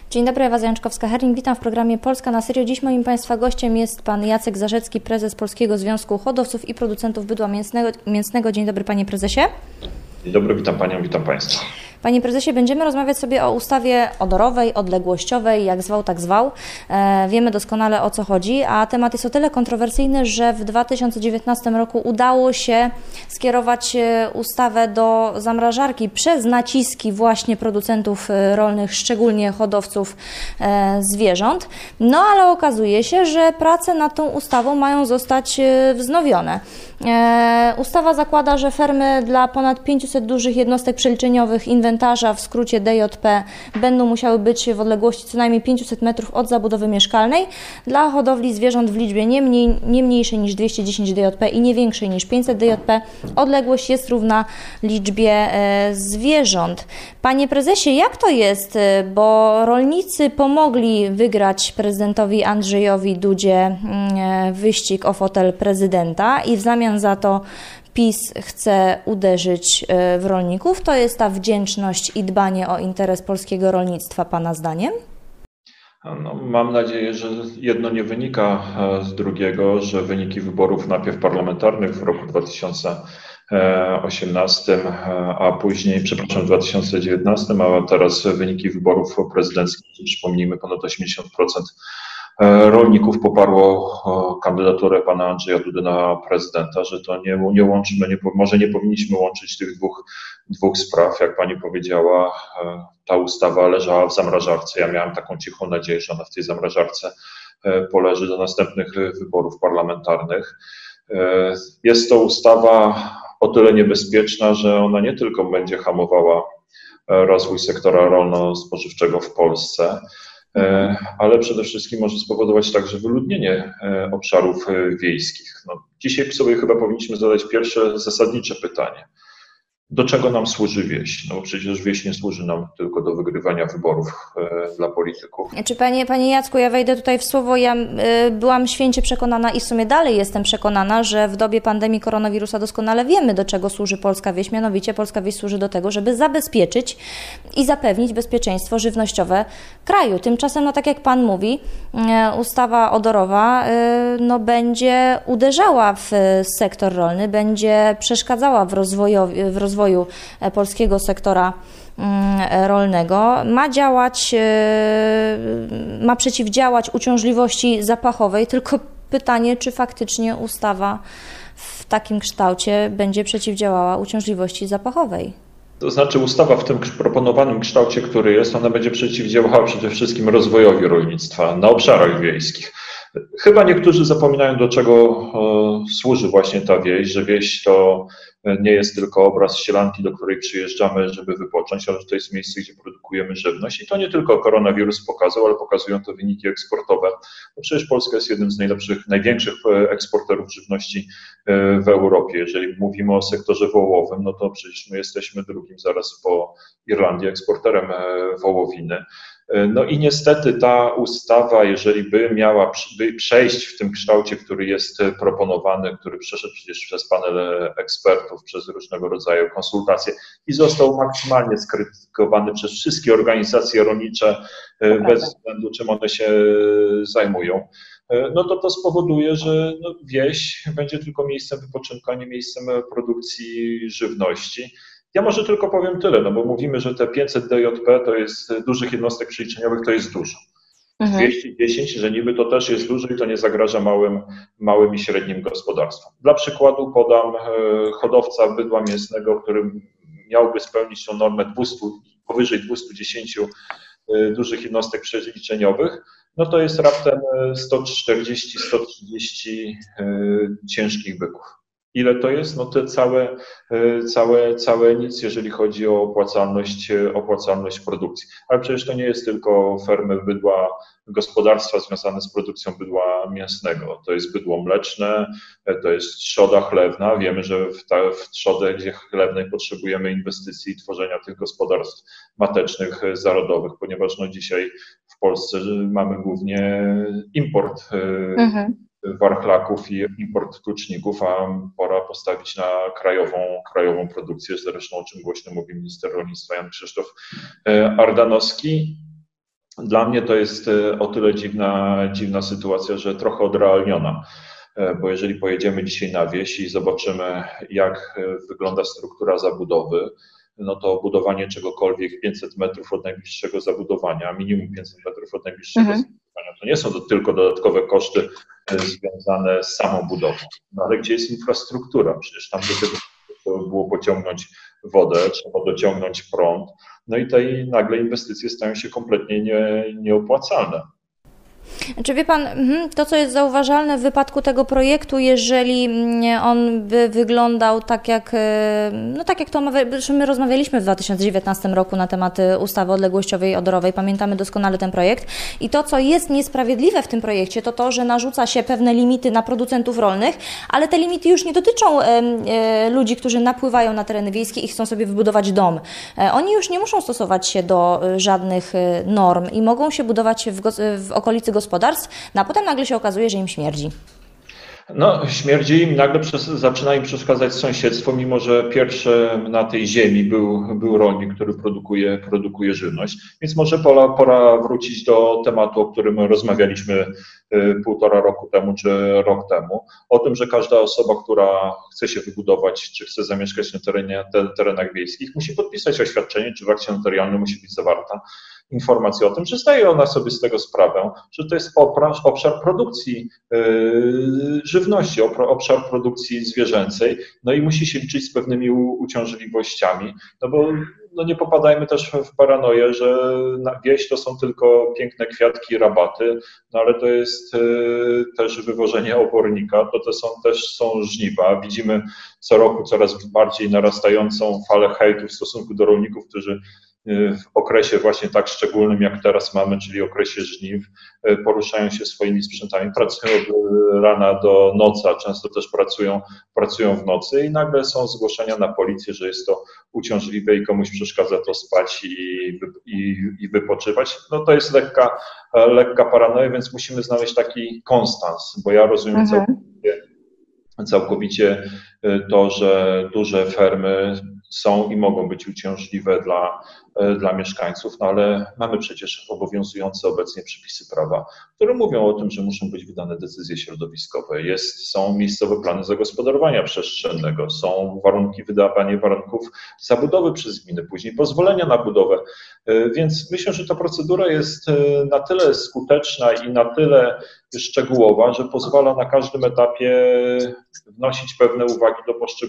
Dzień dobry, Ewa Zajączkowska-Herling. Witam w programie Polska na serio. Dziś moim Państwa gościem jest Pan Jacek Zarzecki, prezes Polskiego Związku Hodowców i Producentów Bydła Mięsnego. Dzień dobry, Panie Prezesie. Dzień dobry, witam Panią, witam Państwa. Panie Prezesie, będziemy rozmawiać sobie o ustawie odorowej, odległościowej, jak zwał, tak zwał. Wiemy doskonale, o co chodzi, a temat jest o tyle kontrowersyjny, że w 2019 roku udało się skierować ustawę do zamrażarki przez naciski właśnie producentów rolnych, szczególnie hodowców zwierząt. No ale okazuje się, że prace nad tą ustawą mają zostać wznowione. Ustawa zakłada, że fermy dla ponad 500 dużych jednostek przeliczeniowych inwentarza, w skrócie DJP, będą musiały być w odległości co najmniej 500 metrów od zabudowy mieszkalnej. Dla hodowli zwierząt w liczbie nie mniejszej niż 210 DJP i nie większej niż 500 DJP odległość jest równa liczbie zwierząt. Panie prezesie, jak to jest? Bo rolnicy pomogli wygrać prezydentowi Andrzejowi Dudzie wyścig o fotel prezydenta i w zamian za to PiS chce uderzyć w rolników. To jest ta wdzięczność i dbanie o interes polskiego rolnictwa, Pana zdaniem? No, mam nadzieję, że jedno nie wynika z drugiego, że wyniki wyborów najpierw parlamentarnych w roku 2018, a później, przepraszam, w 2019, a teraz wyniki wyborów prezydenckich, przypomnijmy, ponad 80% rolników poparło kandydaturę pana Andrzeja Dudy na prezydenta, że to nie łączymy, może nie powinniśmy łączyć tych dwóch spraw. Jak pani powiedziała, ta ustawa leżała w zamrażarce. Ja miałem taką cichą nadzieję, że ona w tej zamrażarce poleży do następnych wyborów parlamentarnych. Jest to ustawa o tyle niebezpieczna, że ona nie tylko będzie hamowała rozwój sektora rolno-spożywczego w Polsce, ale przede wszystkim może spowodować także wyludnienie obszarów wiejskich. No, dzisiaj sobie chyba powinniśmy zadać pierwsze zasadnicze pytanie. Do czego nam służy wieś? No bo przecież wieś nie służy nam tylko do wygrywania wyborów dla polityków. Czy panie Jacku, ja wejdę tutaj w słowo, ja byłam święcie przekonana i w sumie dalej jestem przekonana, że w dobie pandemii koronawirusa doskonale wiemy, do czego służy polska wieś. Mianowicie polska wieś służy do tego, żeby zabezpieczyć i zapewnić bezpieczeństwo żywnościowe kraju. Tymczasem, no tak jak Pan mówi, ustawa odorowa będzie uderzała w sektor rolny, będzie przeszkadzała w rozwoju polskiego sektora rolnego, ma przeciwdziałać uciążliwości zapachowej, tylko pytanie, czy faktycznie ustawa w takim kształcie będzie przeciwdziałała uciążliwości zapachowej. To znaczy ustawa w tym proponowanym kształcie, który jest, ona będzie przeciwdziałała przede wszystkim rozwojowi rolnictwa na obszarach wiejskich. Chyba niektórzy zapominają, do czego służy właśnie ta wieś, że wieś to nie jest tylko obraz sielanki, do której przyjeżdżamy, żeby wypocząć, ale że to jest miejsce, gdzie produkujemy żywność. I to nie tylko koronawirus pokazał, ale pokazują to wyniki eksportowe. Bo przecież Polska jest jednym z największych eksporterów żywności w Europie. Jeżeli mówimy o sektorze wołowym, no to przecież my jesteśmy drugim zaraz po Irlandii eksporterem wołowiny. No i niestety ta ustawa, jeżeli by miała przejść w tym kształcie, który jest proponowany, który przeszedł przecież przez panel ekspertów, przez różnego rodzaju konsultacje i został maksymalnie skrytykowany przez wszystkie organizacje rolnicze, bez względu czym one się zajmują, no to spowoduje, że wieś będzie tylko miejscem wypoczynku, a nie miejscem produkcji żywności. Ja może tylko powiem tyle, no bo mówimy, że te 500 DJP to jest dużych jednostek przeliczeniowych, to jest dużo. 210, że niby to też jest dużo i to nie zagraża małym i średnim gospodarstwom. Dla przykładu podam hodowca bydła mięsnego, który miałby spełnić tą normę powyżej 210 dużych jednostek przeliczeniowych, no to jest raptem 140-130 ciężkich byków. Ile to jest? No to całe nic, jeżeli chodzi o opłacalność produkcji. Ale przecież to nie jest tylko fermy bydła, gospodarstwa związane z produkcją bydła mięsnego. To jest bydło mleczne, to jest trzoda chlewna. Wiemy, że w trzodzie chlewnej potrzebujemy inwestycji i tworzenia tych gospodarstw matecznych zarodowych, ponieważ dzisiaj w Polsce mamy głównie import warchlaków i import tuczników, a pora postawić na krajową produkcję, zresztą o czym głośno mówi minister rolnictwa Jan Krzysztof Ardanowski. Dla mnie to jest o tyle dziwna sytuacja, że trochę odrealniona. Bo jeżeli pojedziemy dzisiaj na wieś i zobaczymy, jak wygląda struktura zabudowy, no to budowanie czegokolwiek 500 metrów od najbliższego zabudowania, minimum 500 metrów od najbliższego zabudowania, to nie są to tylko dodatkowe koszty związane z samą budową. No ale gdzie jest infrastruktura? Przecież tam do tego trzeba było pociągnąć wodę, trzeba dociągnąć prąd, no i nagle inwestycje stają się kompletnie nieopłacalne. Czy wie Pan, to co jest zauważalne w wypadku tego projektu, jeżeli on by wyglądał tak jak, no tak jak to my rozmawialiśmy w 2019 roku na temat ustawy odległościowej i odorowej, pamiętamy doskonale ten projekt i to co jest niesprawiedliwe w tym projekcie to to, że narzuca się pewne limity na producentów rolnych, ale te limity już nie dotyczą ludzi, którzy napływają na tereny wiejskie i chcą sobie wybudować dom. Oni już nie muszą stosować się do żadnych norm i mogą się budować w okolicy gospodarstw, no a potem nagle się okazuje, że im śmierdzi. No, śmierdzi im, nagle zaczyna im przeszkadzać sąsiedztwo, mimo że pierwszy na tej ziemi był rolnik, który produkuje żywność. Więc może pora wrócić do tematu, o którym rozmawialiśmy 1,5 roku temu czy rok temu. O tym, że każda osoba, która chce się wybudować, czy chce zamieszkać na terenach wiejskich, musi podpisać oświadczenie, czy w akcie notarialnym musi być zawarta informacja o tym, że zdaje ona sobie z tego sprawę, że to jest obszar produkcji żywności, obszar produkcji zwierzęcej, no i musi się liczyć z pewnymi uciążliwościami, no bo no nie popadajmy też w paranoję, że wieś to są tylko piękne kwiatki i rabaty, no ale to jest też wywożenie obornika, to też są żniwa. Widzimy co roku coraz bardziej narastającą falę hejtu w stosunku do rolników, którzy w okresie właśnie tak szczególnym, jak teraz mamy, czyli okresie żniw, poruszają się swoimi sprzętami, pracują od rana do nocy, a często też pracują w nocy i nagle są zgłoszenia na policję, że jest to uciążliwe i komuś przeszkadza to spać i wypoczywać. No to jest lekka paranoja, więc musimy znaleźć taki konstans, bo ja rozumiem całkowicie to, że duże fermy są i mogą być uciążliwe dla mieszkańców, no ale mamy przecież obowiązujące obecnie przepisy prawa, które mówią o tym, że muszą być wydane decyzje środowiskowe, są miejscowe plany zagospodarowania przestrzennego, są wydawanie warunków zabudowy przez gminy, później pozwolenia na budowę, więc myślę, że ta procedura jest na tyle skuteczna i na tyle szczegółowa, że pozwala na każdym etapie wnosić pewne uwagi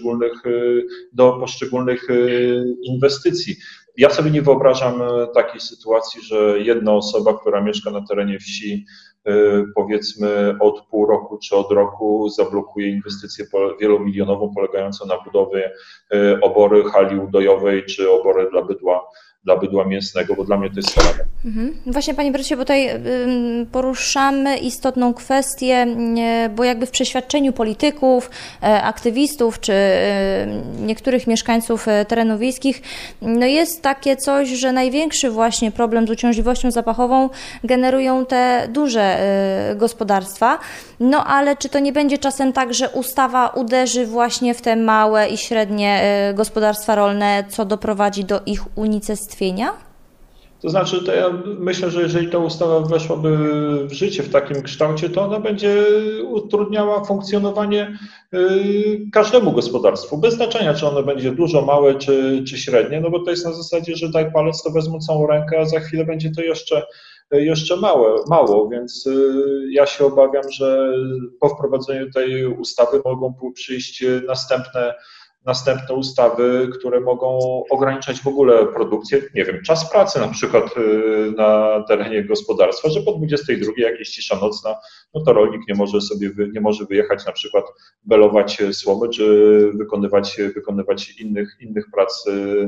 do poszczególnych inwestycji. Ja sobie nie wyobrażam takiej sytuacji, że jedna osoba, która mieszka na terenie wsi, powiedzmy od pół roku czy od roku, zablokuje inwestycję wielomilionową polegającą na budowie obory hali udojowej czy obory dla bydła mięsnego, bo dla mnie to jest skandal. Właśnie Panie Prezesie, bo tutaj poruszamy istotną kwestię, bo jakby w przeświadczeniu polityków, aktywistów czy niektórych mieszkańców terenów wiejskich no jest takie coś, że największy właśnie problem z uciążliwością zapachową generują te duże gospodarstwa, no ale czy to nie będzie czasem tak, że ustawa uderzy właśnie w te małe i średnie gospodarstwa rolne, co doprowadzi do ich unicestwienia? To znaczy, to ja myślę, że jeżeli ta ustawa weszłaby w życie w takim kształcie, to ona będzie utrudniała funkcjonowanie każdemu gospodarstwu, bez znaczenia, czy ono będzie dużo, małe, czy średnie, no bo to jest na zasadzie, że daj palec, to wezmą całą rękę, a za chwilę będzie to jeszcze mało, więc ja się obawiam, że po wprowadzeniu tej ustawy mogą przyjść następne ustawy, które mogą ograniczać w ogóle produkcję, nie wiem, czas pracy na przykład na terenie gospodarstwa, że po 22 jak jest cisza nocna, no to rolnik nie może wyjechać na przykład belować słomy, czy wykonywać innych prac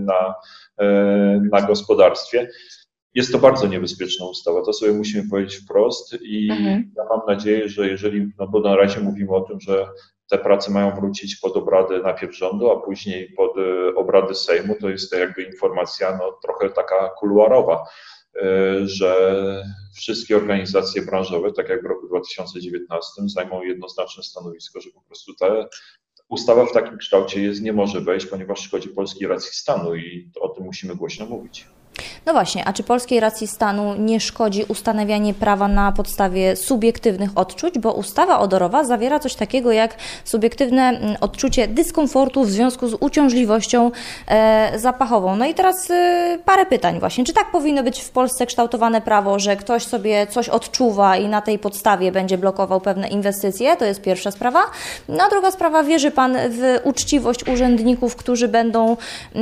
na gospodarstwie. Jest to bardzo niebezpieczna ustawa, to sobie musimy powiedzieć wprost i ja mam nadzieję, że jeżeli, no bo na razie mówimy o tym, że te prace mają wrócić pod obrady najpierw rządu, a później pod obrady Sejmu, to jest to jakby informacja no, trochę taka kuluarowa, że wszystkie organizacje branżowe, tak jak w roku 2019, zajmą jednoznaczne stanowisko, że po prostu ta ustawa w takim kształcie nie może wejść, ponieważ szkodzi polskiej racji stanu i o tym musimy głośno mówić. No właśnie, a czy polskiej racji stanu nie szkodzi ustanawianie prawa na podstawie subiektywnych odczuć, bo ustawa odorowa zawiera coś takiego jak subiektywne odczucie dyskomfortu w związku z uciążliwością zapachową. No i teraz parę pytań właśnie. Czy tak powinno być w Polsce kształtowane prawo, że ktoś sobie coś odczuwa i na tej podstawie będzie blokował pewne inwestycje? To jest pierwsza sprawa. No a druga sprawa, wierzy Pan w uczciwość urzędników, którzy będą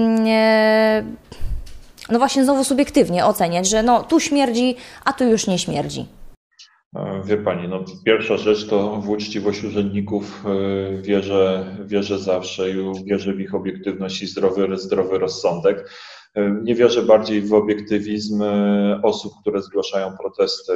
no właśnie znowu subiektywnie oceniać, że no tu śmierdzi, a tu już nie śmierdzi? Wie Pani, no pierwsza rzecz to w uczciwość urzędników wierzę zawsze i wierzę w ich obiektywność i zdrowy rozsądek. Nie wierzę bardziej w obiektywizm osób, które zgłaszają protesty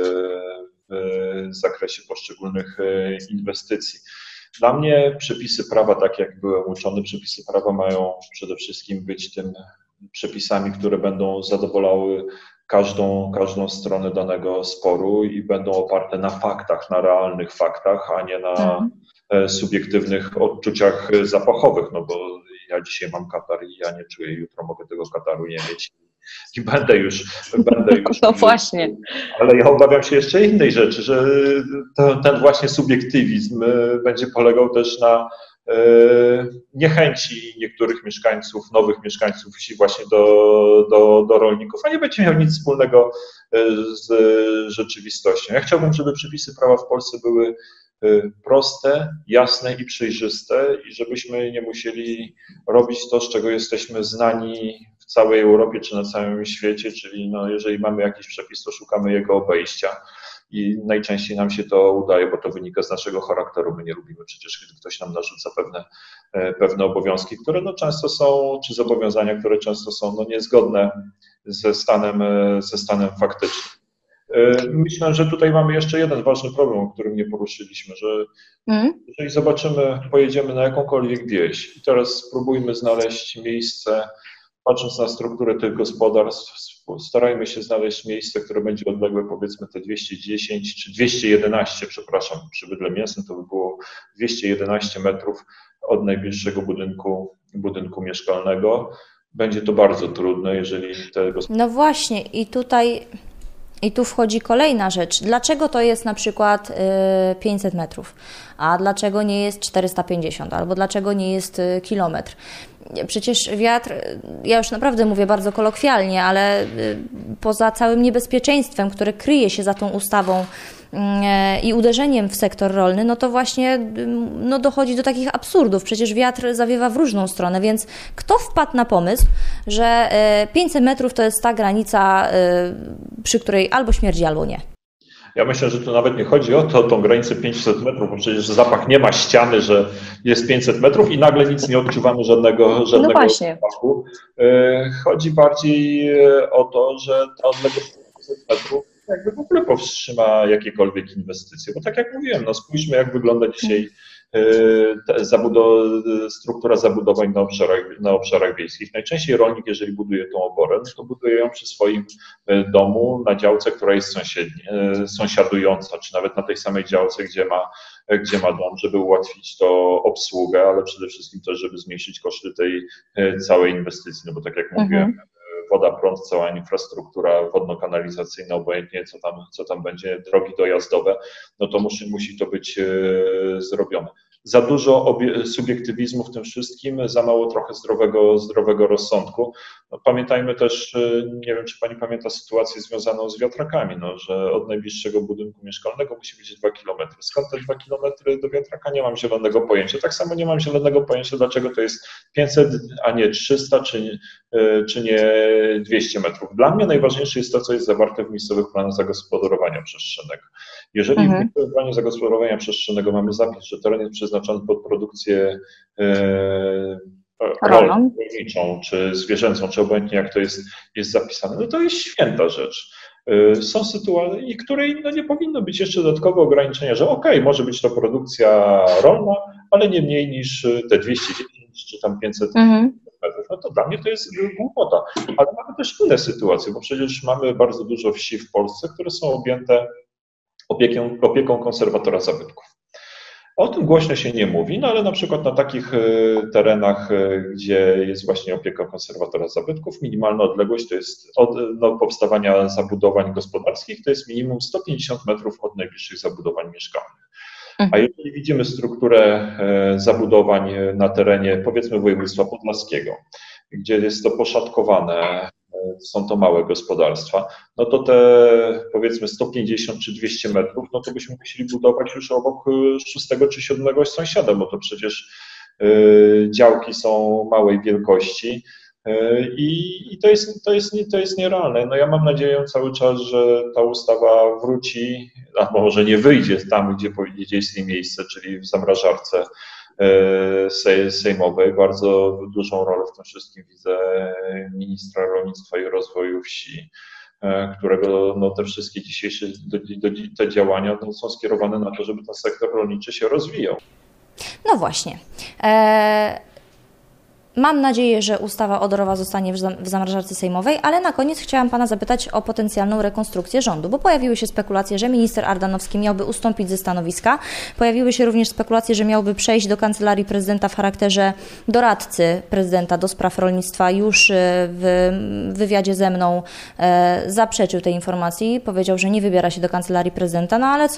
w zakresie poszczególnych inwestycji. Dla mnie przepisy prawa, tak jak byłem uczony, przepisy prawa mają przede wszystkim być tym przepisami, które będą zadowalały każdą stronę danego sporu i będą oparte na faktach, na realnych faktach, a nie na subiektywnych odczuciach zapachowych, no bo ja dzisiaj mam katar i ja nie czuję, jutro mogę tego kataru nie mieć i będę już. No właśnie. Ale ja obawiam się jeszcze innej rzeczy, że ten właśnie subiektywizm będzie polegał też na niechęci niektórych mieszkańców, nowych mieszkańców wsi właśnie do rolników, a nie będzie miał nic wspólnego z rzeczywistością. Ja chciałbym, żeby przepisy prawa w Polsce były proste, jasne i przejrzyste i żebyśmy nie musieli robić to, z czego jesteśmy znani w całej Europie czy na całym świecie, czyli no, jeżeli mamy jakiś przepis, to szukamy jego obejścia. I najczęściej nam się to udaje, bo to wynika z naszego charakteru. My nie lubimy przecież, kiedy ktoś nam narzuca pewne obowiązki, które no często są, czy zobowiązania, które często są no niezgodne ze stanem faktycznym. Myślę, że tutaj mamy jeszcze jeden ważny problem, o którym nie poruszyliśmy, że jeżeli zobaczymy, pojedziemy na jakąkolwiek wieś i teraz spróbujmy znaleźć miejsce, patrząc na strukturę tych gospodarstw, starajmy się znaleźć miejsce, które będzie odległe powiedzmy te 210 czy 211, przepraszam, przy bydle mięsnym to by było 211 metrów od najbliższego budynku mieszkalnego. Będzie to bardzo trudne, jeżeli te No właśnie i tu wchodzi kolejna rzecz. Dlaczego to jest na przykład 500 metrów, a dlaczego nie jest 450, albo dlaczego nie jest kilometr? Przecież wiatr, ja już naprawdę mówię bardzo kolokwialnie, ale poza całym niebezpieczeństwem, które kryje się za tą ustawą i uderzeniem w sektor rolny, no to właśnie no dochodzi do takich absurdów. Przecież wiatr zawiewa w różną stronę, więc kto wpadł na pomysł, że 500 metrów to jest ta granica, przy której albo śmierdzi, albo nie? Ja myślę, że tu nawet nie chodzi o tą granicę 500 metrów, bo przecież zapach nie ma ściany, że jest 500 metrów i nagle nic nie odczuwamy, żadnego zapachu. Chodzi bardziej o to, że ta odległość 500 metrów jakby w ogóle powstrzyma jakiekolwiek inwestycje. Bo tak jak mówiłem, no spójrzmy, jak wygląda dzisiaj struktura zabudowań na obszarach wiejskich. Najczęściej rolnik, jeżeli buduje tą oborę, to buduje ją przy swoim domu na działce, która jest sąsiadująca, czy nawet na tej samej działce, gdzie ma dom, żeby ułatwić to obsługę, ale przede wszystkim też, żeby zmniejszyć koszty tej całej inwestycji, no bo tak jak mówiłem, woda, prąd, cała infrastruktura wodno-kanalizacyjna, obojętnie co tam będzie, drogi dojazdowe, no to musi to być zrobione. Za dużo subiektywizmu w tym wszystkim, za mało trochę zdrowego rozsądku. No, pamiętajmy też, nie wiem, czy Pani pamięta sytuację związaną z wiatrakami, no, że od najbliższego budynku mieszkalnego musi być 2 km. Skąd te 2 km do wiatraka? Nie mam zielonego pojęcia. Tak samo nie mam zielonego pojęcia, dlaczego to jest 500, a nie 300, czy nie 200 metrów. Dla mnie najważniejsze jest to, co jest zawarte w miejscowych planach zagospodarowania przestrzennego. Jeżeli w miejscowym planie zagospodarowania przestrzennego mamy zapis, że teren jest przeznaczony pod produkcję rolniczą, czy zwierzęcą, czy obojętnie jak to jest zapisane, no to jest święta rzecz. Są sytuacje, w której no nie powinno być jeszcze dodatkowe ograniczenia, że może być to produkcja rolna, ale nie mniej niż te 210 czy tam 500 metrów. No to dla mnie to jest głupota. Ale mamy też inne sytuacje, bo przecież mamy bardzo dużo wsi w Polsce, które są objęte opieką konserwatora zabytków. O tym głośno się nie mówi, no ale na przykład na takich terenach, gdzie jest właśnie opieka konserwatora zabytków, minimalna odległość to jest od powstawania zabudowań gospodarskich, to jest minimum 150 metrów od najbliższych zabudowań mieszkalnych. A jeżeli widzimy strukturę zabudowań na terenie, powiedzmy, województwa podlaskiego, gdzie jest to poszatkowane, są to małe gospodarstwa, no to te, powiedzmy, 150 czy 200 metrów, no to byśmy musieli budować już obok 6 czy 7 sąsiada, bo to przecież działki są małej wielkości i to jest nierealne. No ja mam nadzieję cały czas, że ta ustawa wróci, a może nie wyjdzie tam, gdzie jest jej miejsce, czyli w zamrażarce sejmowej. Bardzo dużą rolę w tym wszystkim widzę ministra rolnictwa i rozwoju wsi, którego no, te wszystkie dzisiejsze te działania no, są skierowane na to, żeby ten sektor rolniczy się rozwijał. No właśnie. Mam nadzieję, że ustawa odorowa zostanie w zamrażarce sejmowej, ale na koniec chciałam Pana zapytać o potencjalną rekonstrukcję rządu, bo pojawiły się spekulacje, że minister Ardanowski miałby ustąpić ze stanowiska. Pojawiły się również spekulacje, że miałby przejść do kancelarii prezydenta w charakterze doradcy prezydenta do spraw rolnictwa. Już w wywiadzie ze mną zaprzeczył tej informacji, powiedział, że nie wybiera się do kancelarii prezydenta, no ale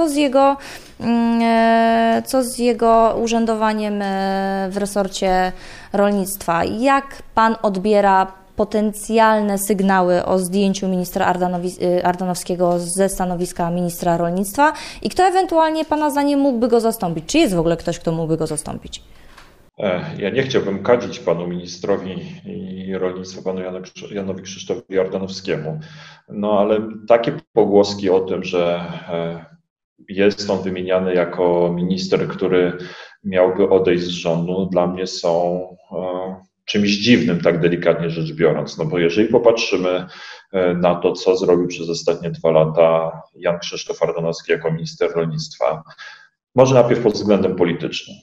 co z jego urzędowaniem w resorcie rolnictwa? Jak Pan odbiera potencjalne sygnały o zdjęciu ministra Ardanowskiego ze stanowiska ministra rolnictwa i kto ewentualnie Pana zdaniem mógłby go zastąpić? Czy jest w ogóle ktoś, kto mógłby go zastąpić? Ja nie chciałbym kadzić panu ministrowi rolnictwa, panu Janowi Krzysztofowi Ardanowskiemu, no ale takie pogłoski o tym, że jest on wymieniany jako minister, który miałby odejść z rządu, dla mnie są czymś dziwnym, tak delikatnie rzecz biorąc. No bo jeżeli popatrzymy na to, co zrobił przez ostatnie 2 lata Jan Krzysztof Ardanowski jako minister rolnictwa, może najpierw pod względem politycznym.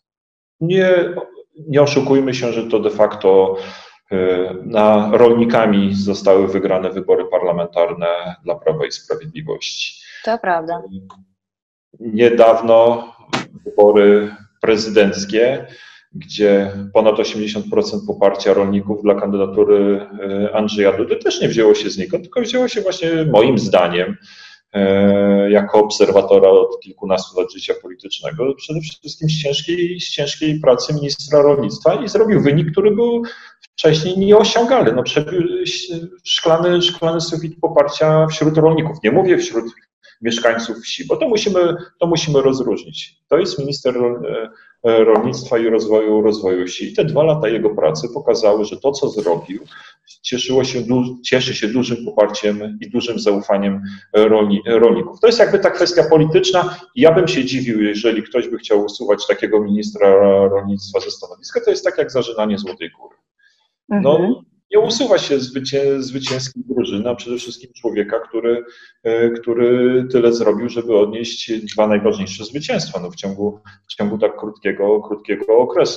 Nie oszukujmy się, że to de facto na rolnikami zostały wygrane wybory parlamentarne dla Prawa i Sprawiedliwości. To prawda. Niedawno wybory prezydenckie, gdzie ponad 80% poparcia rolników dla kandydatury Andrzeja Dudy też nie wzięło się znikąd, tylko wzięło się właśnie moim zdaniem jako obserwatora od kilkunastu lat życia politycznego, przede wszystkim z ciężkiej pracy ministra rolnictwa i zrobił wynik, który był wcześniej nieosiągalny. No, przebił szklany sufit poparcia wśród rolników. Nie mówię wśród mieszkańców wsi, bo to musimy rozróżnić. To jest minister rolnictwa i rozwoju wsi. I te 2 lata jego pracy pokazały, że to, co zrobił, cieszy się dużym poparciem i dużym zaufaniem rolników. To jest jakby ta kwestia polityczna i ja bym się dziwił, jeżeli ktoś by chciał usuwać takiego ministra rolnictwa ze stanowiska, to jest tak jak zarzynanie złotej kury. No, nie usuwa się zwycięskiej drużyny, a przede wszystkim człowieka, który tyle zrobił, żeby odnieść 2 najważniejsze zwycięstwa no, w ciągu tak krótkiego okresu.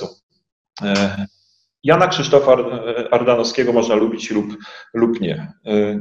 Jana Krzysztofa Ardanowskiego można lubić lub nie.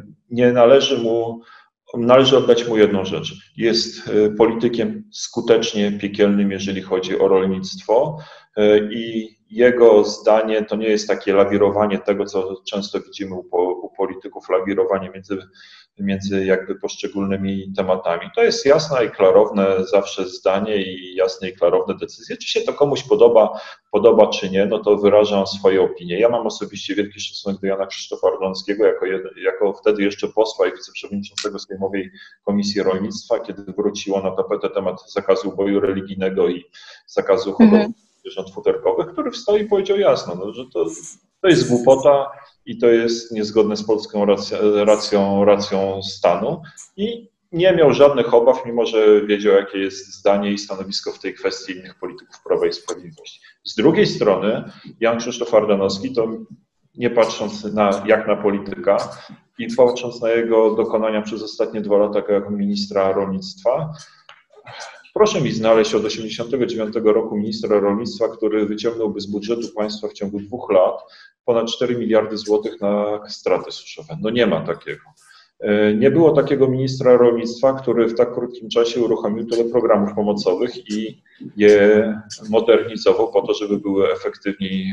Należy oddać mu jedną rzecz. Jest politykiem skutecznie piekielnym, jeżeli chodzi o rolnictwo i jego zdanie to nie jest takie lawirowanie tego, co często widzimy u polityków, lawirowanie między jakby poszczególnymi tematami. To jest jasne i klarowne zawsze zdanie i jasne i klarowne decyzje. Czy się to komuś podoba czy nie, no to wyrażam swoje opinie. Ja mam osobiście wielki szacunek do Jana Krzysztofa Ardanowskiego jako wtedy jeszcze posła i wiceprzewodniczącego Sejmowej Komisji Rolnictwa, kiedy wróciło na tapetę temat zakazu uboju religijnego i zakazu hodowli zwierząt futerkowych, który wstał i powiedział jasno, no, że to jest głupota i to jest niezgodne z polską racją stanu i nie miał żadnych obaw, mimo że wiedział, jakie jest zdanie i stanowisko w tej kwestii innych polityków Prawa i Sprawiedliwości. Z drugiej strony Jan Krzysztof Ardanowski, to nie patrząc jak na polityka i patrząc na jego dokonania przez ostatnie 2 lata jako ministra rolnictwa, proszę mi znaleźć od 1989 roku ministra rolnictwa, który wyciągnąłby z budżetu państwa w ciągu 2 lat ponad 4 miliardy złotych na straty suszowe. No nie ma takiego. Nie było takiego ministra rolnictwa, który w tak krótkim czasie uruchomił tyle programów pomocowych i je modernizował po to, żeby były efektywniej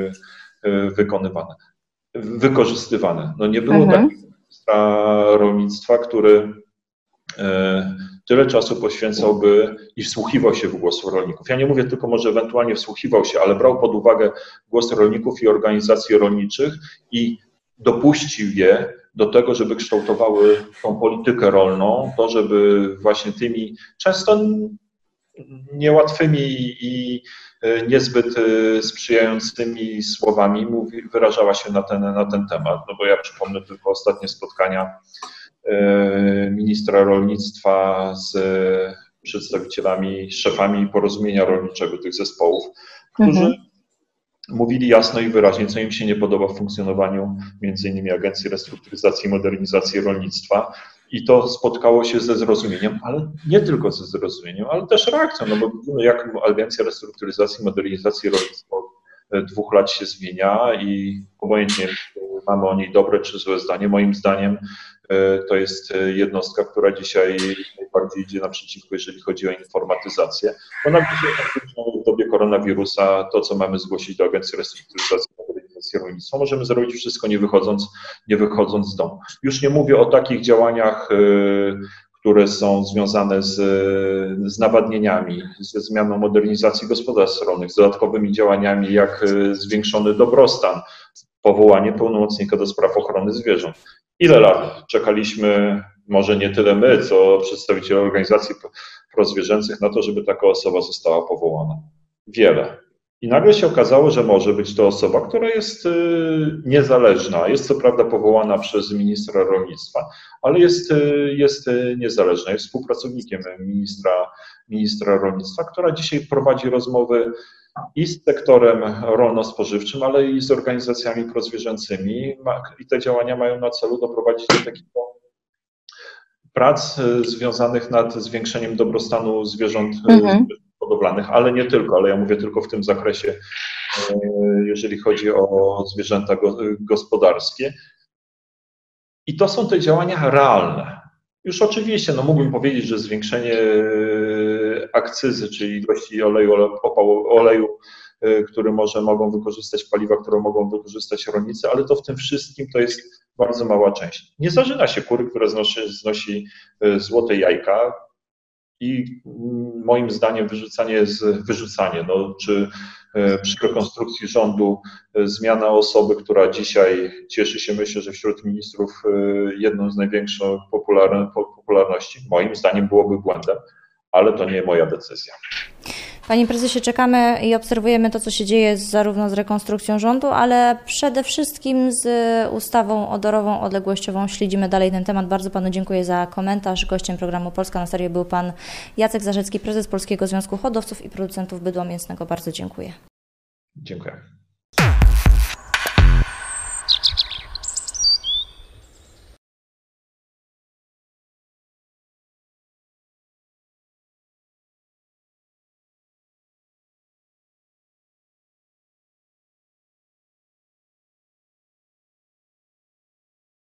wykorzystywane. No nie było takiego ministra rolnictwa, który tyle czasu poświęcałby i wsłuchiwał się w głos rolników. Ja nie mówię tylko może ewentualnie wsłuchiwał się, ale brał pod uwagę głos rolników i organizacji rolniczych i dopuścił je do tego, żeby kształtowały tą politykę rolną, to żeby właśnie tymi często niełatwymi i niezbyt sprzyjającymi słowami wyrażała się na ten temat. No bo ja przypomnę tylko ostatnie spotkania ministra rolnictwa z przedstawicielami, szefami porozumienia rolniczego tych zespołów, którzy mówili jasno i wyraźnie, co im się nie podoba w funkcjonowaniu m.in. Agencji Restrukturyzacji i Modernizacji Rolnictwa. I to spotkało się ze zrozumieniem, ale nie tylko ze zrozumieniem, ale też reakcją, no bo widzimy, jak Agencja Restrukturyzacji i Modernizacji Rolnictwa od 2 lat się zmienia i obojętnie mamy o niej dobre czy złe zdanie. Moim zdaniem to jest jednostka, która dzisiaj najbardziej idzie naprzeciwko, jeżeli chodzi o informatyzację. Bo nawet w dobie koronawirusa to, co mamy zgłosić do Agencji Restrukturyzacji i Modernizacji Rolnictwa, możemy zrobić wszystko nie wychodząc z domu. Już nie mówię o takich działaniach, które są związane z nawadnieniami, ze zmianą modernizacji gospodarstw rolnych, z dodatkowymi działaniami jak zwiększony dobrostan, powołanie pełnomocnika do spraw ochrony zwierząt. Ile lat czekaliśmy, może nie tyle my, co przedstawiciele organizacji prozwierzęcych, na to, żeby taka osoba została powołana? Wiele. I nagle się okazało, że może być to osoba, która jest niezależna. Jest co prawda powołana przez ministra rolnictwa, ale jest niezależna, jest współpracownikiem ministra rolnictwa, która dzisiaj prowadzi rozmowy i z sektorem rolno-spożywczym, ale i z organizacjami prozwierzęcymi. I te działania mają na celu doprowadzić do takiego prac związanych nad zwiększeniem dobrostanu zwierząt hodowlanych, ale nie tylko, ale ja mówię tylko w tym zakresie, jeżeli chodzi o zwierzęta gospodarskie. I to są te działania realne. Już oczywiście, no mógłbym powiedzieć, że zwiększenie akcyzy, czyli ilości oleju, który mogą wykorzystać, paliwa, które mogą wykorzystać rolnicy, ale to w tym wszystkim to jest bardzo mała część. Nie zażyna się kury, która znosi złote jajka i moim zdaniem wyrzucanie, no, czy przy rekonstrukcji rządu zmiana osoby, która dzisiaj cieszy się, myślę, że wśród ministrów jedną z największych popularności, moim zdaniem byłoby błędem, ale to nie moja decyzja. Panie prezesie, czekamy i obserwujemy to, co się dzieje zarówno z rekonstrukcją rządu, ale przede wszystkim z ustawą odorową, odległościową. Śledzimy dalej ten temat. Bardzo panu dziękuję za komentarz. Gościem programu Polska na serio był pan Jacek Zarzecki, prezes Polskiego Związku Hodowców i Producentów Bydła Mięsnego. Bardzo dziękuję. Dziękuję.